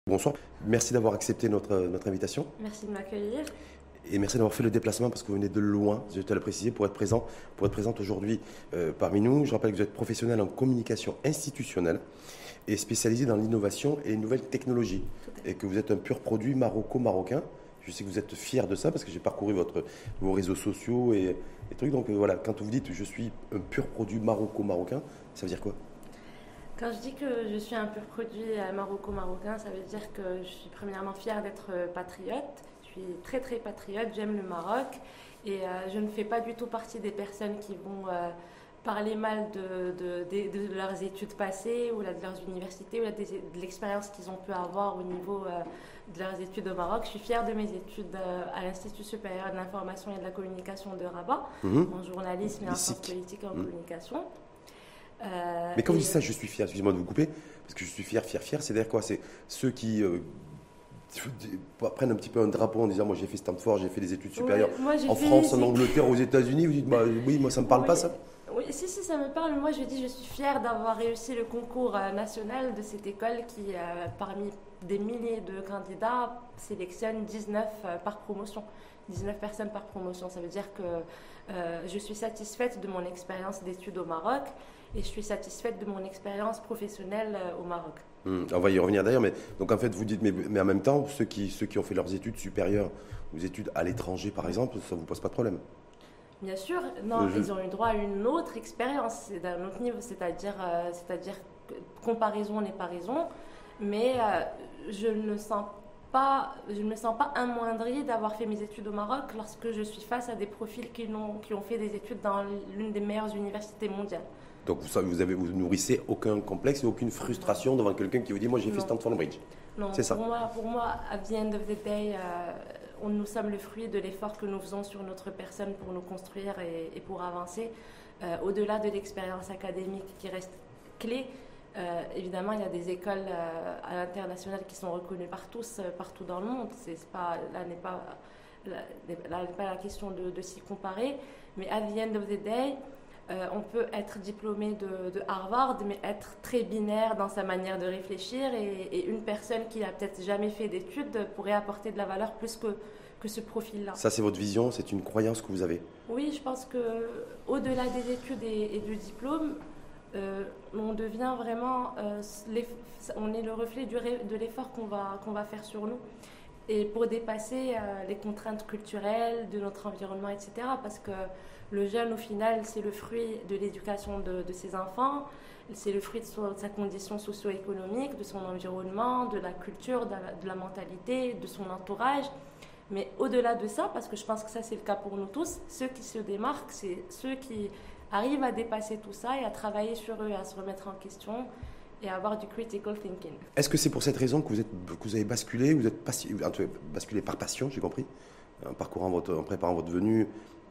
Bonsoir, merci d'avoir accepté notre invitation Merci de m'accueillir. et merci d'avoir fait le déplacement parce que vous venez de loin, je te le préciser, pour être présente aujourd'hui parmi nous. Je rappelle que vous êtes professionnel en communication institutionnelle et spécialisé dans l'innovation et les nouvelles technologies et que vous êtes un pur produit maroco-marocain. Je sais que vous êtes fier de ça parce que j'ai parcouru vos réseaux sociaux et trucs. Donc voilà, quand vous dites je suis un pur produit maroco-marocain, ça veut dire quoi? Quand je dis que je suis un pur produit maroco-marocain, ça veut dire que je suis premièrement fière d'être patriote. Je suis très très patriote, j'aime le Maroc et je ne fais pas du tout partie des personnes qui vont parler mal de leurs études passées ou là, de leurs universités ou là, de l'expérience qu'ils ont pu avoir au niveau de leurs études au Maroc. Je suis fière de mes études à l'Institut supérieur de l'information et de la communication de Rabat, en journalisme et en sciences politiques et en communication. Mais quand vous dites ça, je suis fier, excusez-moi de vous couper, parce que je suis fier, c'est-à-dire quoi? C'est ceux qui prennent un petit peu un drapeau en disant moi j'ai fait Stanford, j'ai fait des études supérieures en France, en Angleterre, aux États-Unis. Vous dites bah, oui, moi ça me parle pas ça. Oui, si, ça me parle. Moi, je dis, je suis fière d'avoir réussi le concours national de cette école qui, parmi des milliers de candidats, sélectionne 19 par promotion. 19 personnes par promotion. Ça veut dire que je suis satisfaite de mon expérience d'études au Maroc et je suis satisfaite de mon expérience professionnelle au Maroc. On va y revenir d'ailleurs, mais donc en fait vous dites, mais en même temps, ceux qui ont fait leurs études supérieures, ou études à l'étranger par exemple, ça vous pose pas de problème? Bien sûr, non, ils ont eu droit à une autre expérience, c'est d'un autre niveau, c'est-à-dire que comparaison n'est pas raison, mais je ne me sens pas amoindrie d'avoir fait mes études au Maroc lorsque je suis face à des profils qui ont fait des études dans l'une des meilleures universités mondiales. Donc vous nourrissez aucun complexe et aucune frustration devant quelqu'un qui vous dit moi j'ai fait Stanford Bridge. Non, c'est ça. Pour moi, at the end of the day, nous sommes le fruit de l'effort que nous faisons sur notre personne pour nous construire et pour avancer. Au-delà de l'expérience académique qui reste clé, évidemment, il y a des écoles à l'international qui sont reconnues par tous, partout dans le monde. Là n'est pas la question de s'y comparer. Mais at the end of the day, on peut être diplômé de Harvard, mais être très binaire dans sa manière de réfléchir. Et une personne qui n'a peut-être jamais fait d'études pourrait apporter de la valeur plus que ce profil-là. Ça, c'est votre vision, c'est une croyance que vous avez? Oui, je pense qu'au-delà des études et du diplôme, on devient vraiment, on est le reflet de l'effort qu'on va faire sur nous. Et pour dépasser les contraintes culturelles de notre environnement, etc. Parce que le jeune, au final, c'est le fruit de l'éducation de ses enfants, c'est le fruit de sa condition socio-économique, de son environnement, de la culture, de la mentalité, de son entourage. Mais au-delà de ça, parce que je pense que ça c'est le cas pour nous tous, ceux qui se démarquent, c'est ceux qui arrivent à dépasser tout ça et à travailler sur eux, à se remettre en question et à avoir du critical thinking. Est-ce que c'est pour cette raison que vous avez basculé, basculé par passion, j'ai compris, en préparant votre venue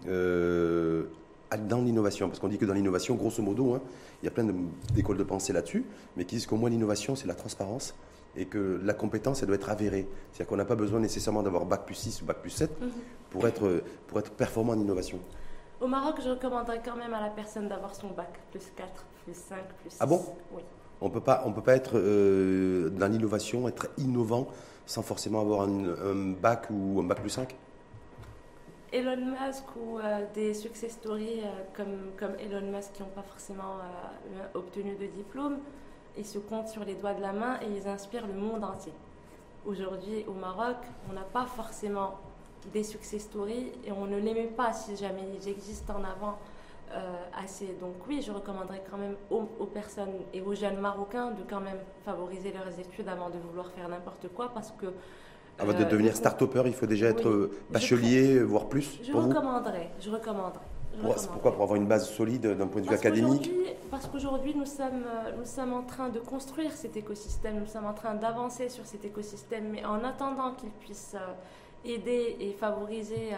dans l'innovation? Parce qu'on dit que dans l'innovation, grosso modo, il y a plein d'écoles de pensée là-dessus, mais qui disent qu'au moins l'innovation, c'est la transparence et que la compétence, elle doit être avérée. C'est-à-dire qu'on n'a pas besoin nécessairement d'avoir bac plus 6 ou bac plus 7 pour être performant en innovation. Au Maroc, je recommanderais quand même à la personne d'avoir son bac, plus 4, plus 5, plus 6. Ah bon? Oui. On peut pas être dans l'innovation, être innovant sans forcément avoir un bac ou un bac plus 5? Elon Musk ou des success stories comme Elon Musk qui n'ont pas forcément obtenu de diplôme, ils se comptent sur les doigts de la main et ils inspirent le monde entier. Aujourd'hui, au Maroc, on n'a pas forcément des success stories et on ne les met pas si jamais ils existent en avant assez. Donc oui, je recommanderais quand même aux personnes et aux jeunes Marocains de quand même favoriser leurs études avant de vouloir faire n'importe quoi parce que avant de devenir start-upper, il faut déjà être bachelier, voire plus. Je recommanderais. Pourquoi? Pour avoir une base solide d'un point de vue académique? Parce qu'aujourd'hui, nous sommes en train de construire cet écosystème, nous sommes en train d'avancer sur cet écosystème, mais en attendant qu'il puisse aider et favoriser,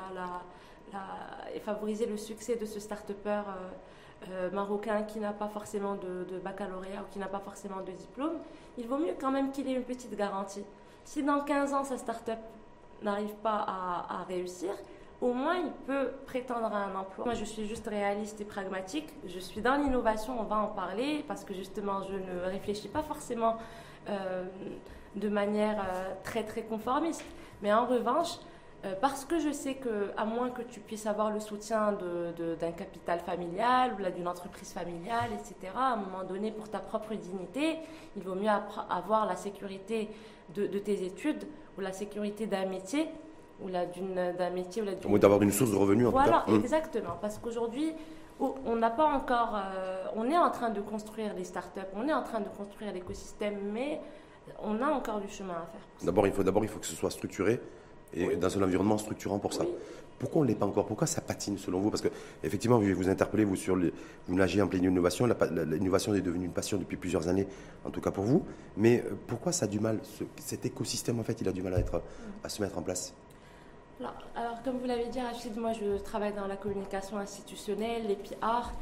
le succès de ce start-upper marocain qui n'a pas forcément de baccalauréat ou qui n'a pas forcément de diplôme, il vaut mieux quand même qu'il ait une petite garantie. Si dans 15 ans, sa start-up n'arrive pas à réussir, au moins il peut prétendre à un emploi. Moi, je suis juste réaliste et pragmatique. Je suis dans l'innovation, on va en parler, parce que justement, je ne réfléchis pas forcément de manière très très conformiste. Mais en revanche, parce que je sais qu'à moins que tu puisses avoir le soutien d'un capital familial ou d'une entreprise familiale, etc., à un moment donné, pour ta propre dignité, il vaut mieux avoir la sécurité de tes études ou la sécurité d'un métier ou d'un métier ou d'avoir une source de revenus en tout cas. Voilà, exactement. Parce qu'aujourd'hui, on n'a pas encore... on est en train de construire les startups, on est en train de construire l'écosystème, mais on a encore du chemin à faire. D'abord, il faut que ce soit structuré et dans un environnement structurant pour ça. Oui. Pourquoi on ne l'est pas encore? Pourquoi ça patine selon vous? Parce qu'effectivement, je vais vous interpeller, vous nagez en pleine innovation. L'innovation est devenue une passion depuis plusieurs années, en tout cas pour vous. Mais pourquoi ça a du mal, cet écosystème, en fait, il a du mal à se mettre en place? Alors, comme vous l'avez dit, Rachid, moi je travaille dans la communication institutionnelle, les PR,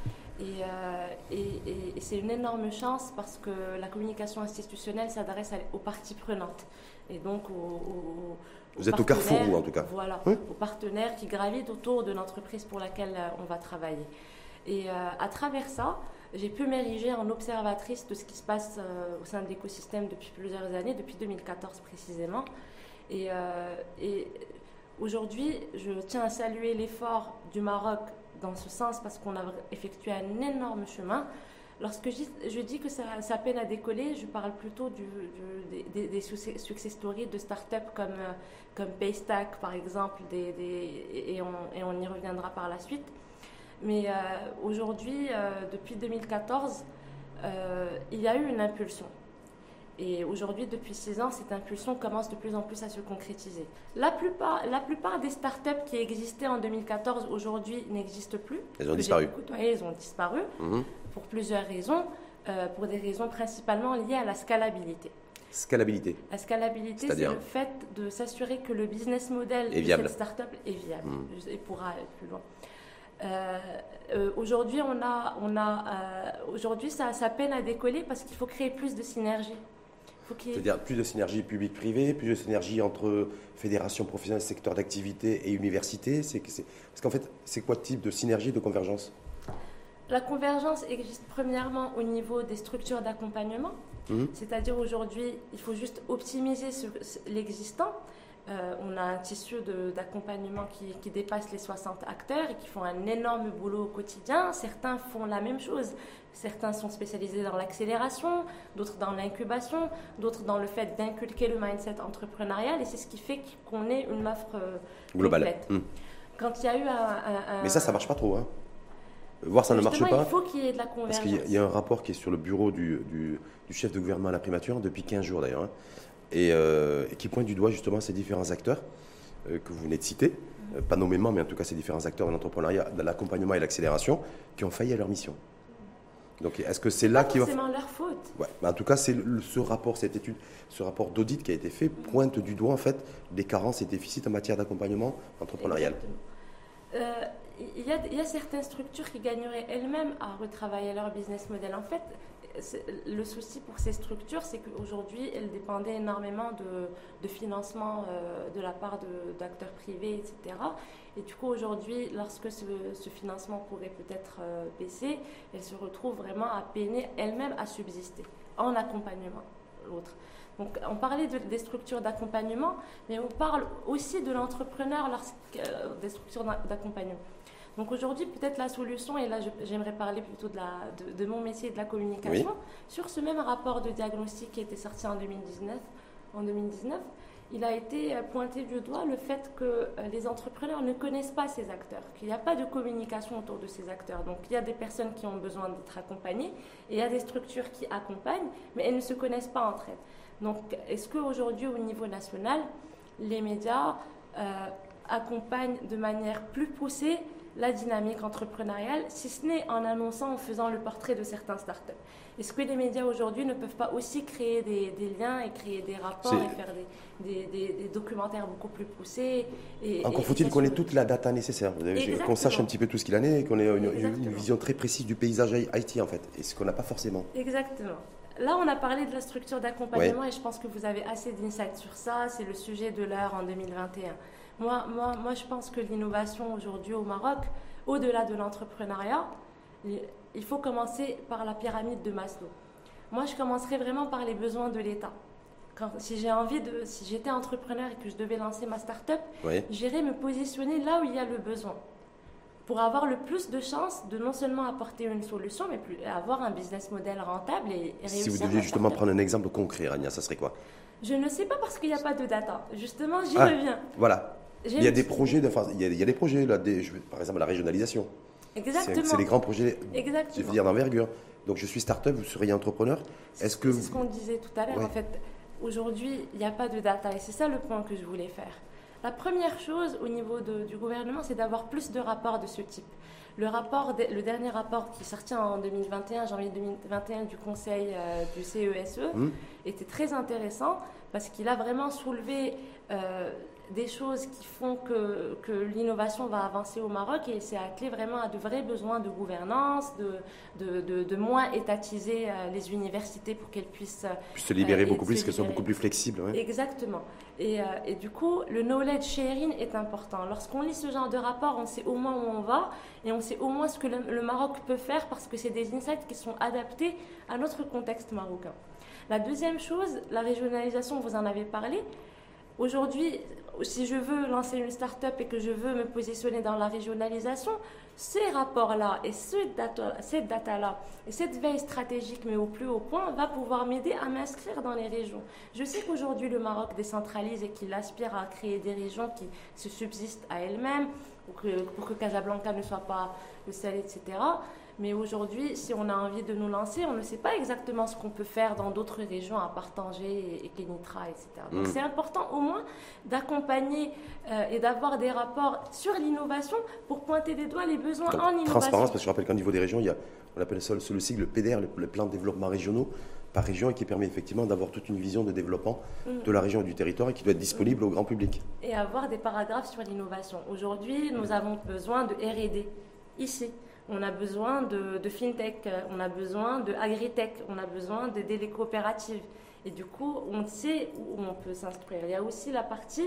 et c'est une énorme chance parce que la communication institutionnelle s'adresse aux parties prenantes. Et donc vous êtes au carrefour, vous, en tout cas. Voilà, aux partenaires qui gravitent autour de l'entreprise pour laquelle on va travailler. Et à travers ça, j'ai pu m'ériger en observatrice de ce qui se passe au sein de l'écosystème depuis plusieurs années, depuis 2014 précisément. Et aujourd'hui, je tiens à saluer l'effort du Maroc dans ce sens parce qu'on a effectué un énorme chemin. Lorsque je dis que ça peine à décoller, je parle plutôt des success stories de startups comme Paystack, par exemple, et on y reviendra par la suite. Mais aujourd'hui, depuis 2014, il y a eu une impulsion. Et aujourd'hui, depuis 6 ans, cette impulsion commence de plus en plus à se concrétiser. La plupart des startups qui existaient en 2014, aujourd'hui, n'existent plus. Elles ont disparu. Elles ont disparu pour plusieurs raisons, pour des raisons principalement liées à la scalabilité. Scalabilité. La scalabilité, c'est le fait de s'assurer que le business model de cette startup est viable et pourra aller plus loin. Aujourd'hui, aujourd'hui, ça peine à décoller parce qu'il faut créer plus de synergie. C'est-à-dire plus de synergie publique-privée, plus de synergie entre fédérations professionnelles, secteurs d'activité et universités. Parce qu'en fait, c'est quoi le type de synergie, de convergence? La convergence existe premièrement au niveau des structures d'accompagnement. C'est-à-dire aujourd'hui, il faut juste optimiser l'existant. On a un tissu d'accompagnement qui dépasse les 60 acteurs et qui font un énorme boulot au quotidien. Certains font la même chose. Certains sont spécialisés dans l'accélération, d'autres dans l'incubation, d'autres dans le fait d'inculquer le mindset entrepreneurial. Et c'est ce qui fait qu'on ait une offre globale. Quand il y a eu Mais ça ne marche pas trop. Voir ça ne marche pas. Il faut qu'il y ait de la convergence. Parce qu'il y a un rapport qui est sur le bureau du chef de gouvernement à la primature, depuis 15 jours d'ailleurs, et qui pointe du doigt justement ces différents acteurs que vous venez de citer, pas nommément, mais en tout cas ces différents acteurs de l'entrepreneuriat, de l'accompagnement et l'accélération, qui ont failli à leur mission. Donc est-ce que c'est là qui va... C'est forcément leur faute. Ouais, mais en tout cas, c'est ce rapport, cette étude, ce rapport d'audit qui a été fait pointe du doigt en fait des carences et déficits en matière d'accompagnement entrepreneurial. Il y a certaines structures qui gagneraient elles-mêmes à retravailler leur business model. En fait, le souci pour ces structures, c'est qu'aujourd'hui, elles dépendaient énormément de financement de la part d'acteurs privés, etc. Et du coup, aujourd'hui, lorsque ce financement pourrait peut-être baisser, elles se retrouvent vraiment à peiner elles-mêmes à subsister en accompagnement l'autre. Donc, on parlait des structures d'accompagnement, mais on parle aussi de l'entrepreneur des structures d'accompagnement. Donc aujourd'hui, peut-être la solution, et là j'aimerais parler plutôt de mon métier et de la communication, sur ce même rapport de diagnostic qui a été sorti en 2019, il a été pointé du doigt le fait que les entrepreneurs ne connaissent pas ces acteurs, qu'il n'y a pas de communication autour de ces acteurs. Donc il y a des personnes qui ont besoin d'être accompagnées, et il y a des structures qui accompagnent, mais elles ne se connaissent pas entre elles. Donc est-ce qu'aujourd'hui, au niveau national, les médias accompagnent de manière plus poussée la dynamique entrepreneuriale, si ce n'est en annonçant, en faisant le portrait de certains startups? Est-ce que les médias aujourd'hui ne peuvent pas aussi créer des liens et créer des rapports et faire des documentaires beaucoup plus poussés Encore faut-il qu'on ait toute la data nécessaire, qu'on sache un petit peu tout ce qu'il en est, et qu'on ait une vision très précise du paysage IT en fait, et ce qu'on n'a pas forcément. Exactement. Là, on a parlé de la structure d'accompagnement et je pense que vous avez assez d'insights sur ça. C'est le sujet de l'heure en 2021. Moi, je pense que l'innovation aujourd'hui au Maroc, au-delà de l'entrepreneuriat, il faut commencer par la pyramide de Maslow. Moi, je commencerai vraiment par les besoins de l'État. si j'étais entrepreneur et que je devais lancer ma start-up, Oui. j'irais me positionner là où il y a le besoin pour avoir le plus de chances de non seulement apporter une solution, mais avoir un business model rentable et réussir. Si vous deviez justement prendre un exemple concret, Rania, ça serait quoi? Je ne sais pas parce qu'il n'y a pas de data. Justement, j'y reviens. Voilà. Il y a des projets, il y a des projets là, par exemple la régionalisation. Exactement. C'est des grands projets, Exactement. je veux dire, d'envergure. Donc je suis start-up, vous seriez entrepreneur. Est-ce que C'est ce qu'on disait tout à l'heure. Ouais. En fait, aujourd'hui, il n'y a pas de data et c'est ça le point que je voulais faire. La première chose au niveau du gouvernement, c'est d'avoir plus de rapports de ce type. Le dernier rapport qui est sorti en 2021, janvier 2021 du Conseil du CESE, était très intéressant parce qu'il a vraiment soulevé des choses qui font que l'innovation va avancer au Maroc et c'est attelé vraiment à de vrais besoins de gouvernance, de moins étatiser les universités pour qu'elles puissent se libérer beaucoup plus, qu'elles soient beaucoup plus flexibles. Ouais. Exactement. Et du coup, le knowledge sharing est important. Lorsqu'on lit ce genre de rapport, on sait au moins où on va et on sait au moins ce que le Maroc peut faire parce que c'est des insights qui sont adaptés à notre contexte marocain. La deuxième chose, la régionalisation, vous en avez parlé. Aujourd'hui, si je veux lancer une start-up et que je veux me positionner dans la régionalisation, ces rapports-là et cette data-là et cette veille stratégique, mais au plus haut point, va pouvoir m'aider à m'inscrire dans les régions. Je sais qu'aujourd'hui, le Maroc décentralise et qu'il aspire à créer des régions qui se subsistent à elles-mêmes pour que Casablanca ne soit pas le seul, etc. Mais aujourd'hui, si on a envie de nous lancer, on ne sait pas exactement ce qu'on peut faire dans d'autres régions à part Tanger et Kénitra, etc. Donc c'est important au moins d'accompagner et d'avoir des rapports sur l'innovation pour pointer des doigts les besoins en innovation. Transparence, parce que je rappelle qu'au niveau des régions, il y a, on appelle ça le sigle PDR, le plan de développement régionaux par région, et qui permet effectivement d'avoir toute une vision de développement de la région et du territoire et qui doit être disponible au grand public. Et avoir des paragraphes sur l'innovation. Aujourd'hui, nous avons besoin de R&D ici. On a besoin de fintech, on a besoin de agritech, on a besoin de délais coopératives. Et du coup, on sait où on peut s'inscrire. Il y a aussi la partie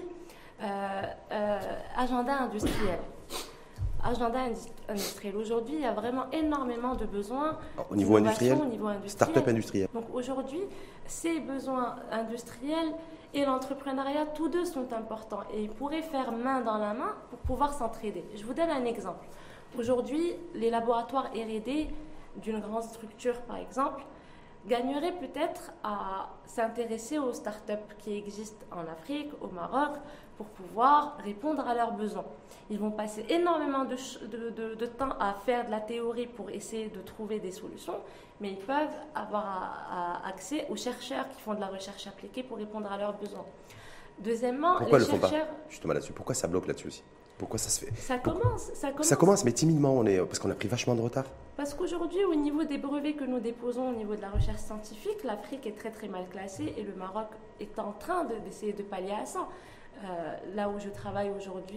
agenda industriel. Agenda industriel. Aujourd'hui, il y a vraiment énormément de besoins au niveau industriel, start-up industriel. Donc aujourd'hui, ces besoins industriels et l'entrepreneuriat, tous deux sont importants. Et ils pourraient faire main dans la main pour pouvoir s'entraider. Je vous donne un exemple. Aujourd'hui, les laboratoires R&D d'une grande structure, par exemple, gagneraient peut-être à s'intéresser aux startups qui existent en Afrique, au Maroc, pour pouvoir répondre à leurs besoins. Ils vont passer énormément de temps à faire de la théorie pour essayer de trouver des solutions, mais ils peuvent avoir accès aux chercheurs qui font de la recherche appliquée pour répondre à leurs besoins. Deuxièmement, pourquoi les ils ne le font chercheurs... pas justement là-dessus? Pourquoi ça bloque là-dessus aussi? Pourquoi ça se fait? Ça commence, mais timidement, parce qu'on a pris vachement de retard. Parce qu'aujourd'hui, au niveau des brevets que nous déposons au niveau de la recherche scientifique, l'Afrique est très très mal classée et le Maroc est en train d'essayer de pallier à ça. Là où je travaille aujourd'hui,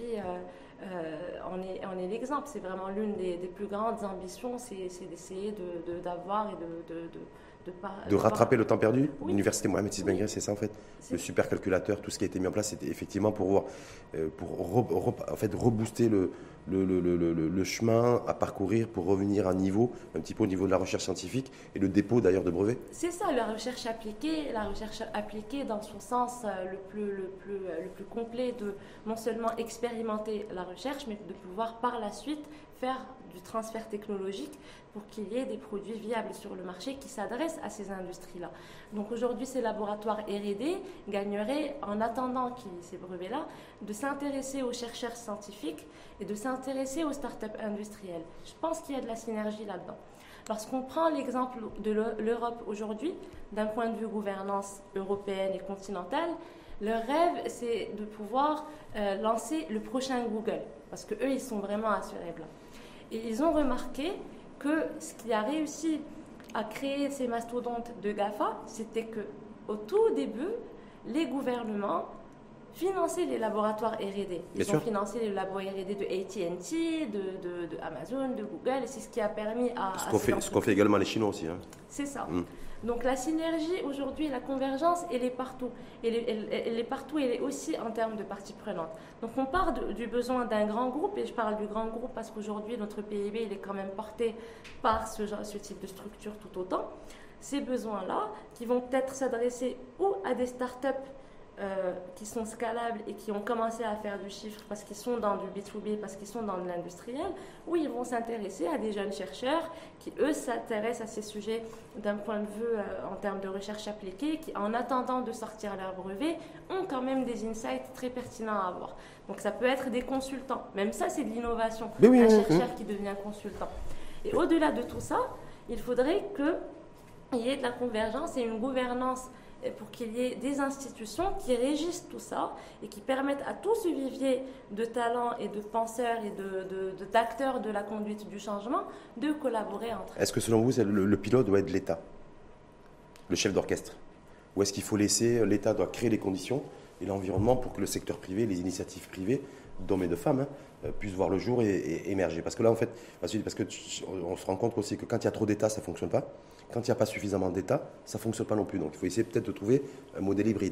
on est l'exemple. C'est vraiment l'une des plus grandes ambitions, c'est d'essayer d'avoir et de rattraper le temps perdu. Oui. L'université Mohamed VI Ben Guirassy, c'est ça en fait. Le supercalculateur, tout ce qui a été mis en place, c'était effectivement pour rebooster le chemin à parcourir pour revenir à niveau, un petit peu au niveau de la recherche scientifique et le dépôt d'ailleurs de brevets. C'est ça, la recherche appliquée dans son sens le plus complet, de non seulement expérimenter la recherche, mais de pouvoir par la suite faire du transfert technologique pour qu'il y ait des produits viables sur le marché qui s'adressent à ces industries-là. Donc aujourd'hui, ces laboratoires R&D gagneraient, en attendant ces brevets-là, de s'intéresser aux chercheurs scientifiques et de s'intéresser aux startups industrielles. Je pense qu'il y a de la synergie là-dedans. Lorsqu'on prend l'exemple de l'Europe aujourd'hui, d'un point de vue gouvernance européenne et continentale, leur rêve, c'est de pouvoir lancer le prochain Google, parce qu'eux, ils sont vraiment à ce rêve-là. Et ils ont remarqué que ce qui a réussi à créer ces mastodontes de GAFA, c'était qu'au tout début, les gouvernements finançaient les laboratoires R&D. Ils ont financé les laboratoires R&D de AT&T, de Amazon, de Google, et c'est ce qui a permis à... Ce qu'ont fait également les Chinois aussi. Hein. C'est ça. Donc la synergie aujourd'hui, la convergence, elle est partout. Elle est partout, elle est aussi en termes de parties prenantes. Donc on part du besoin d'un grand groupe, et je parle du grand groupe parce qu'aujourd'hui notre PIB il est quand même porté par ce type de structure tout autant. ces besoins-là, qui vont peut-être s'adresser ou à des startups qui sont scalables et qui ont commencé à faire du chiffre parce qu'ils sont dans du B2B, parce qu'ils sont dans de l'industriel, ou ils vont s'intéresser à des jeunes chercheurs qui, eux, s'intéressent à ces sujets d'un point de vue en termes de recherche appliquée, qui, en attendant de sortir leur brevet, ont quand même des insights très pertinents à avoir. Donc ça peut être des consultants. Même ça, c'est de l'innovation. Un chercheur qui devient consultant. Et au-delà de tout ça, il faudrait qu'il y ait de la convergence et une gouvernance pour qu'il y ait des institutions qui régissent tout ça et qui permettent à tout ce vivier de talents et de penseurs et d'acteurs de la conduite du changement de collaborer entre eux. Est-ce que selon vous, le pilote doit être l'État, le chef d'orchestre? Ou est-ce qu'il faut laisser, l'État doit créer les conditions et l'environnement pour que le secteur privé, les initiatives privées, d'hommes et de femmes, puissent voir le jour et émerger? Parce que là, en fait, on se rend compte aussi que quand il y a trop d'État, ça ne fonctionne pas. Quand il n'y a pas suffisamment d'État, ça ne fonctionne pas non plus. Donc il faut essayer peut-être de trouver un modèle hybride,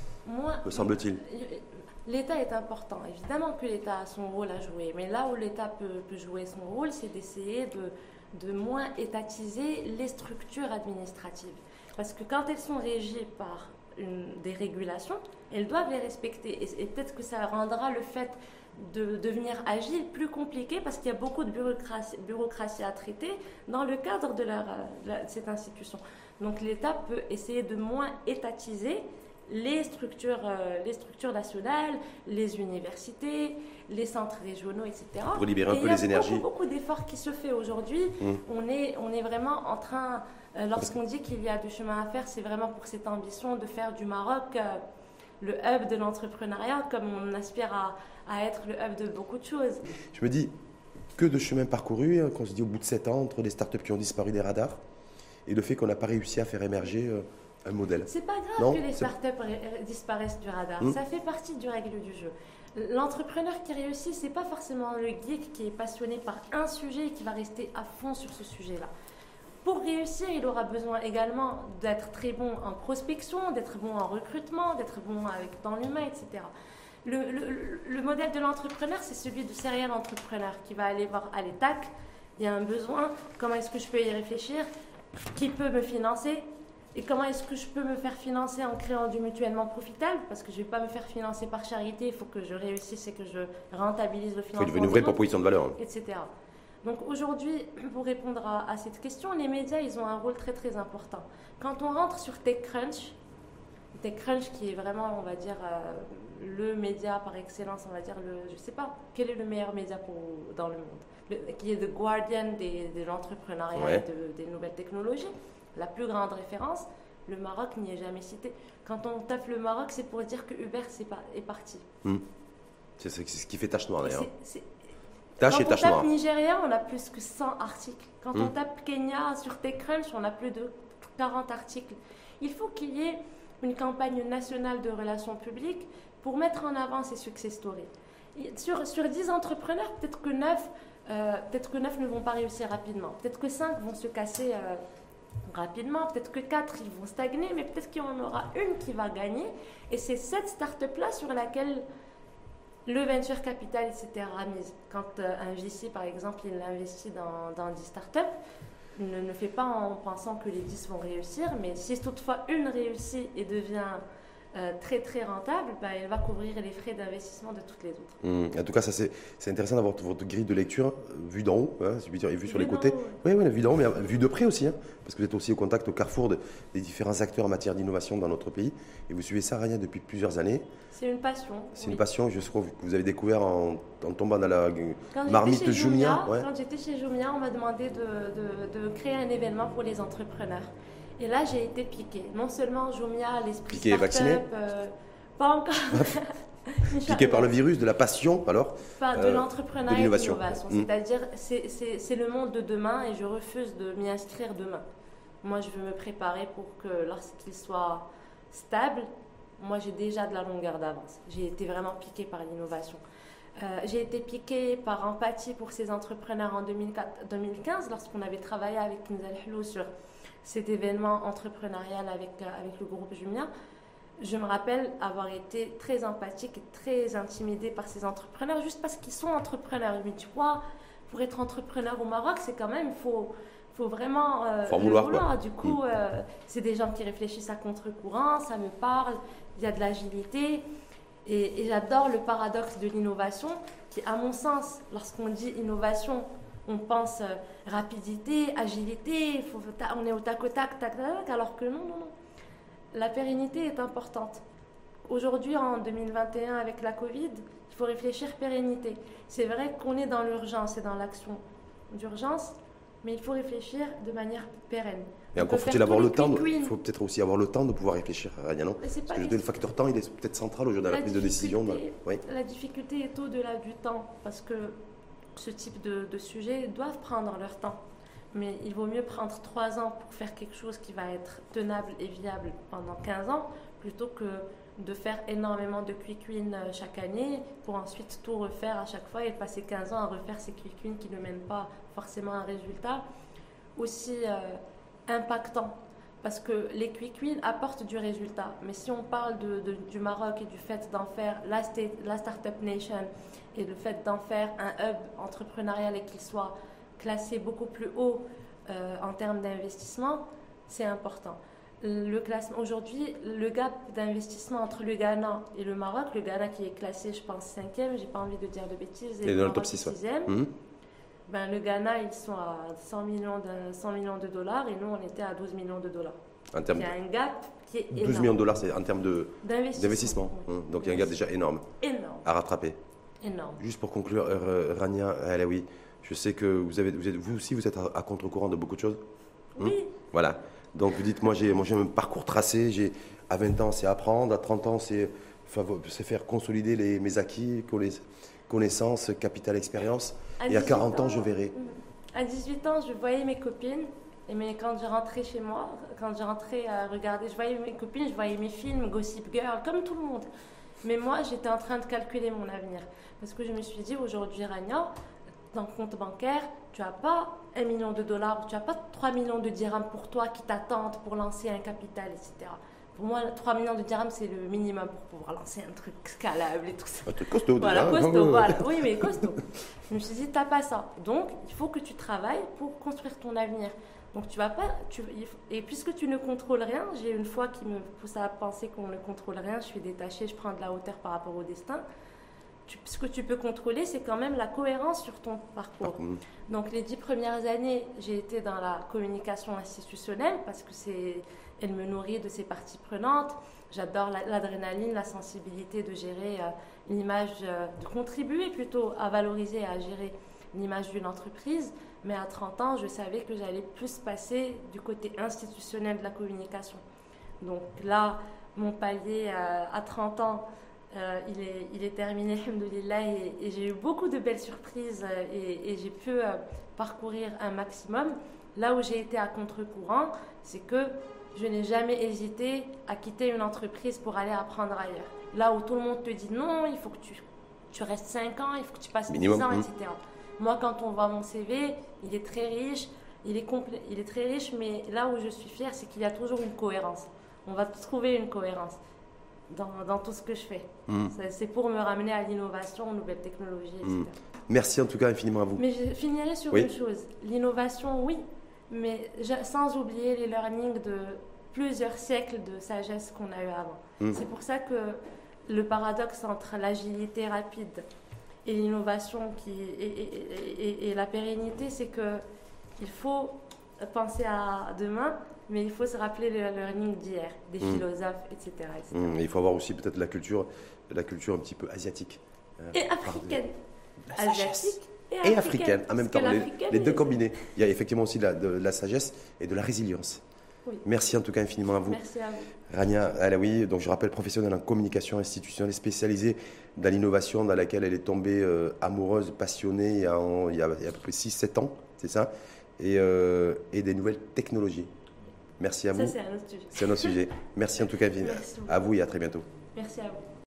me semble-t-il. L'État est important. Évidemment que l'État a son rôle à jouer. Mais là où l'État peut jouer son rôle, c'est d'essayer de moins étatiser les structures administratives. Parce que quand elles sont régies par des régulations, elles doivent les respecter. Et peut-être que ça rendra le fait de devenir agile plus compliqué parce qu'il y a beaucoup de bureaucratie à traiter dans le cadre de cette institution. Donc l'État peut essayer de moins étatiser les structures nationales, les universités, les centres régionaux, etc. Pour libérer un peu les énergies. Il y a beaucoup d'efforts qui se fait aujourd'hui. On est vraiment en train, lorsqu'on dit qu'il y a du chemin à faire, c'est vraiment pour cette ambition de faire du Maroc le hub de l'entrepreneuriat, comme on aspire à être le hub de beaucoup de choses. Je me dis, que de chemin parcouru, quand on se dit au bout de 7 ans, entre les startups qui ont disparu des radars et le fait qu'on n'a pas réussi à faire émerger un modèle. C'est pas grave que les startups disparaissent du radar, ça fait partie du règle du jeu. L'entrepreneur qui réussit, c'est pas forcément le geek qui est passionné par un sujet et qui va rester à fond sur ce sujet-là. Pour réussir, il aura besoin également d'être très bon en prospection, d'être bon en recrutement, d'être bon dans l'humain, etc. Le modèle de l'entrepreneur, c'est celui du serial entrepreneur qui va aller voir, allez, tac, il y a un besoin, comment est-ce que je peux y réfléchir, qui peut me financer et comment est-ce que je peux me faire financer en créant du mutuellement profitable, parce que je ne vais pas me faire financer par charité, il faut que je réussisse et que je rentabilise le financement. Il faut une vraie proposition de valeur. Etc. Donc aujourd'hui, pour répondre à cette question, les médias, ils ont un rôle très très important. Quand on rentre sur TechCrunch qui est vraiment, on va dire, le média par excellence, on va dire, je ne sais pas, quel est le meilleur média dans le monde, qui est The Guardian de l'entrepreneuriat et des nouvelles technologies, la plus grande référence, le Maroc n'y est jamais cité. Quand on tape le Maroc, c'est pour dire que Uber est parti. C'est ce qui fait tache noire d'ailleurs. Quand on tape Nigeria, on a plus que 100 articles. Quand on tape Kenya sur TechCrunch, on a plus de 40 articles. Il faut qu'il y ait une campagne nationale de relations publiques pour mettre en avant ces success stories. Sur 10 entrepreneurs, peut-être que 9 ne vont pas réussir rapidement. Peut-être que 5 vont se casser rapidement. Peut-être que 4 ils vont stagner, mais peut-être qu'il y en aura une qui va gagner. Et c'est cette start-up-là sur laquelle le venture capital, etc. mise. Quand un VC, par exemple, il investit dans 10 startups, il ne le fait pas en pensant que les 10 vont réussir, mais si toutefois une réussit et devient très très rentable, elle va couvrir les frais d'investissement de toutes les autres. En tout cas, ça c'est intéressant d'avoir votre grille de lecture vue d'en haut, si je puis dire, et vue sur les côtés. Oui, vue d'en haut, mais vue de près aussi, parce que vous êtes aussi au contact, au carrefour des différents acteurs en matière d'innovation dans notre pays, et vous suivez ça, Rania, depuis plusieurs années. C'est une passion. C'est une passion, je trouve, que vous avez découvert en tombant dans la marmite Jumia. Quand j'étais chez Jumia, on m'a demandé de créer un événement pour les entrepreneurs. Et là, j'ai été piquée. Non seulement Jumia, l'esprit piquée et vaccinée pas encore. Piquée par le virus, de la passion, alors de l'entrepreneuriat et de l'innovation. Mmh. C'est-à-dire, c'est le monde de demain et je refuse de m'y inscrire demain. Moi, je veux me préparer pour que lorsqu'il soit stable, moi, j'ai déjà de la longueur d'avance. J'ai été vraiment piquée par l'innovation. J'ai été piquée par empathie pour ces entrepreneurs en 2015, lorsqu'on avait travaillé avec Nizal Helou sur cet événement entrepreneurial avec le groupe Jumia. Je me rappelle avoir été très empathique et très intimidée par ces entrepreneurs, juste parce qu'ils sont entrepreneurs. Je me dis, pour être entrepreneur au Maroc, c'est quand même, il faut faut vraiment Faut en le vouloir, vouloir. quoi. Du coup, c'est des gens qui réfléchissent à contre-courant, ça me parle, il y a de l'agilité. Et j'adore le paradoxe de l'innovation, qui, à mon sens, lorsqu'on dit innovation, on pense rapidité, agilité, on est au tac au tac, tac, tac, alors que non, non, non. La pérennité est importante. Aujourd'hui, en 2021, avec la Covid, il faut réfléchir pérennité. C'est vrai qu'on est dans l'urgence et dans l'action d'urgence, mais il faut réfléchir de manière pérenne. Mais encore faut-il avoir le temps, il faut peut-être aussi avoir le temps de pouvoir réfléchir, Rania, non? Parce que le facteur temps, il est peut-être central aujourd'hui dans la prise de décision. Oui. La difficulté est au-delà du temps, parce que ce type de sujets doivent prendre leur temps. Mais il vaut mieux prendre 3 ans pour faire quelque chose qui va être tenable et viable pendant 15 ans, plutôt que de faire énormément de quick wins chaque année pour ensuite tout refaire à chaque fois et passer 15 ans à refaire ces quick wins qui ne mènent pas forcément à un résultat aussi impactant. Parce que les quick wins apportent du résultat. Mais si on parle du Maroc et du fait d'en faire la Startup Nation et le fait d'en faire un hub entrepreneurial et qu'il soit classé beaucoup plus haut en termes d'investissement, c'est important. Le classement aujourd'hui, le gap d'investissement entre le Ghana et le Maroc, le Ghana qui est classé, je pense, 5e, j'ai pas envie de dire de bêtises, et le Maroc 6e. Ben, le Ghana, ils sont à 100 millions de dollars et nous, on était à 12 millions de dollars. Il y a un gap qui est énorme. 12 millions de dollars, c'est en termes d'investissement. Oui. Donc il y a un gap déjà énorme. À rattraper. Énorme. Juste pour conclure, Rania Alaoui, je sais que vous aussi, vous êtes à contre-courant de beaucoup de choses. Oui. Voilà. Donc vous dites, moi j'ai un parcours tracé, à 20 ans c'est apprendre, à 30 ans c'est faire consolider mes acquis, connaissances, capital, expérience, et à 40 ans je verrai. À 18 ans je voyais mes copines, mais quand je rentrais chez moi, quand je rentrais à regarder, je voyais mes copines, je voyais mes films, Gossip Girl, comme tout le monde. Mais moi j'étais en train de calculer mon avenir, parce que je me suis dit, aujourd'hui Rania, dans le compte bancaire, tu n'as pas 1 million de dollars, tu n'as pas 3 millions de dirhams pour toi qui t'attendent pour lancer un capital, etc. Pour moi, 3 millions de dirhams, c'est le minimum pour pouvoir lancer un truc scalable et tout ça. Un truc costaud, voilà, déjà. Costaud, voilà. Oui, mais costaud. Je me suis dit, tu n'as pas ça. Donc, il faut que tu travailles pour construire ton avenir. Donc, tu vas pas... et puisque tu ne contrôles rien, j'ai une foi qui me pousse à penser qu'on ne contrôle rien, je suis détachée, je prends de la hauteur par rapport au destin. Ce que tu peux contrôler, c'est quand même la cohérence sur ton parcours. Donc, les 10 premières années, j'ai été dans la communication institutionnelle parce que elle me nourrit de ses parties prenantes. J'adore l'adrénaline, la sensibilité de gérer l'image, de contribuer plutôt à valoriser et à gérer l'image d'une entreprise. Mais à 30 ans, je savais que j'allais plus passer du côté institutionnel de la communication. Donc là, mon palier à 30 ans, il est terminé, alhamdoulilah, et j'ai eu beaucoup de belles surprises et j'ai pu parcourir un maximum. Là où j'ai été à contre-courant, c'est que je n'ai jamais hésité à quitter une entreprise pour aller apprendre ailleurs. Là où tout le monde te dit non, il faut que tu restes 5 ans, il faut que tu passes 10 ans, etc. Moi, quand on voit mon CV, il est très riche, il est très riche, mais là où je suis fière, c'est qu'il y a toujours une cohérence. On va trouver une cohérence dans tout ce que je fais. C'est pour me ramener à l'innovation, aux nouvelles technologies, etc. Merci en tout cas infiniment à vous. Mais je finirai sur une chose. L'innovation, oui, mais sans oublier les learnings de plusieurs siècles de sagesse qu'on a eu avant. C'est pour ça que le paradoxe entre l'agilité rapide et l'innovation et la pérennité, c'est qu'il faut penser à demain, mais il faut se rappeler le learning d'hier, des philosophes, etc. Il faut avoir aussi peut-être la culture un petit peu asiatique. Et africaine. Asiatique et africaine, en même temps, les deux combinés. Il y a effectivement aussi de la sagesse et de la résilience. Oui. Merci en tout cas infiniment à vous. Merci à vous. Rania Alaoui, donc je rappelle professionnelle en communication institutionnelle spécialisée dans l'innovation dans laquelle elle est tombée amoureuse, passionnée il y a à peu près 6-7 ans, c'est ça, et des nouvelles technologies. Merci à vous. Ça, c'est un autre sujet. C'est un autre sujet. Merci en tout cas à vous et à très bientôt. Merci à vous.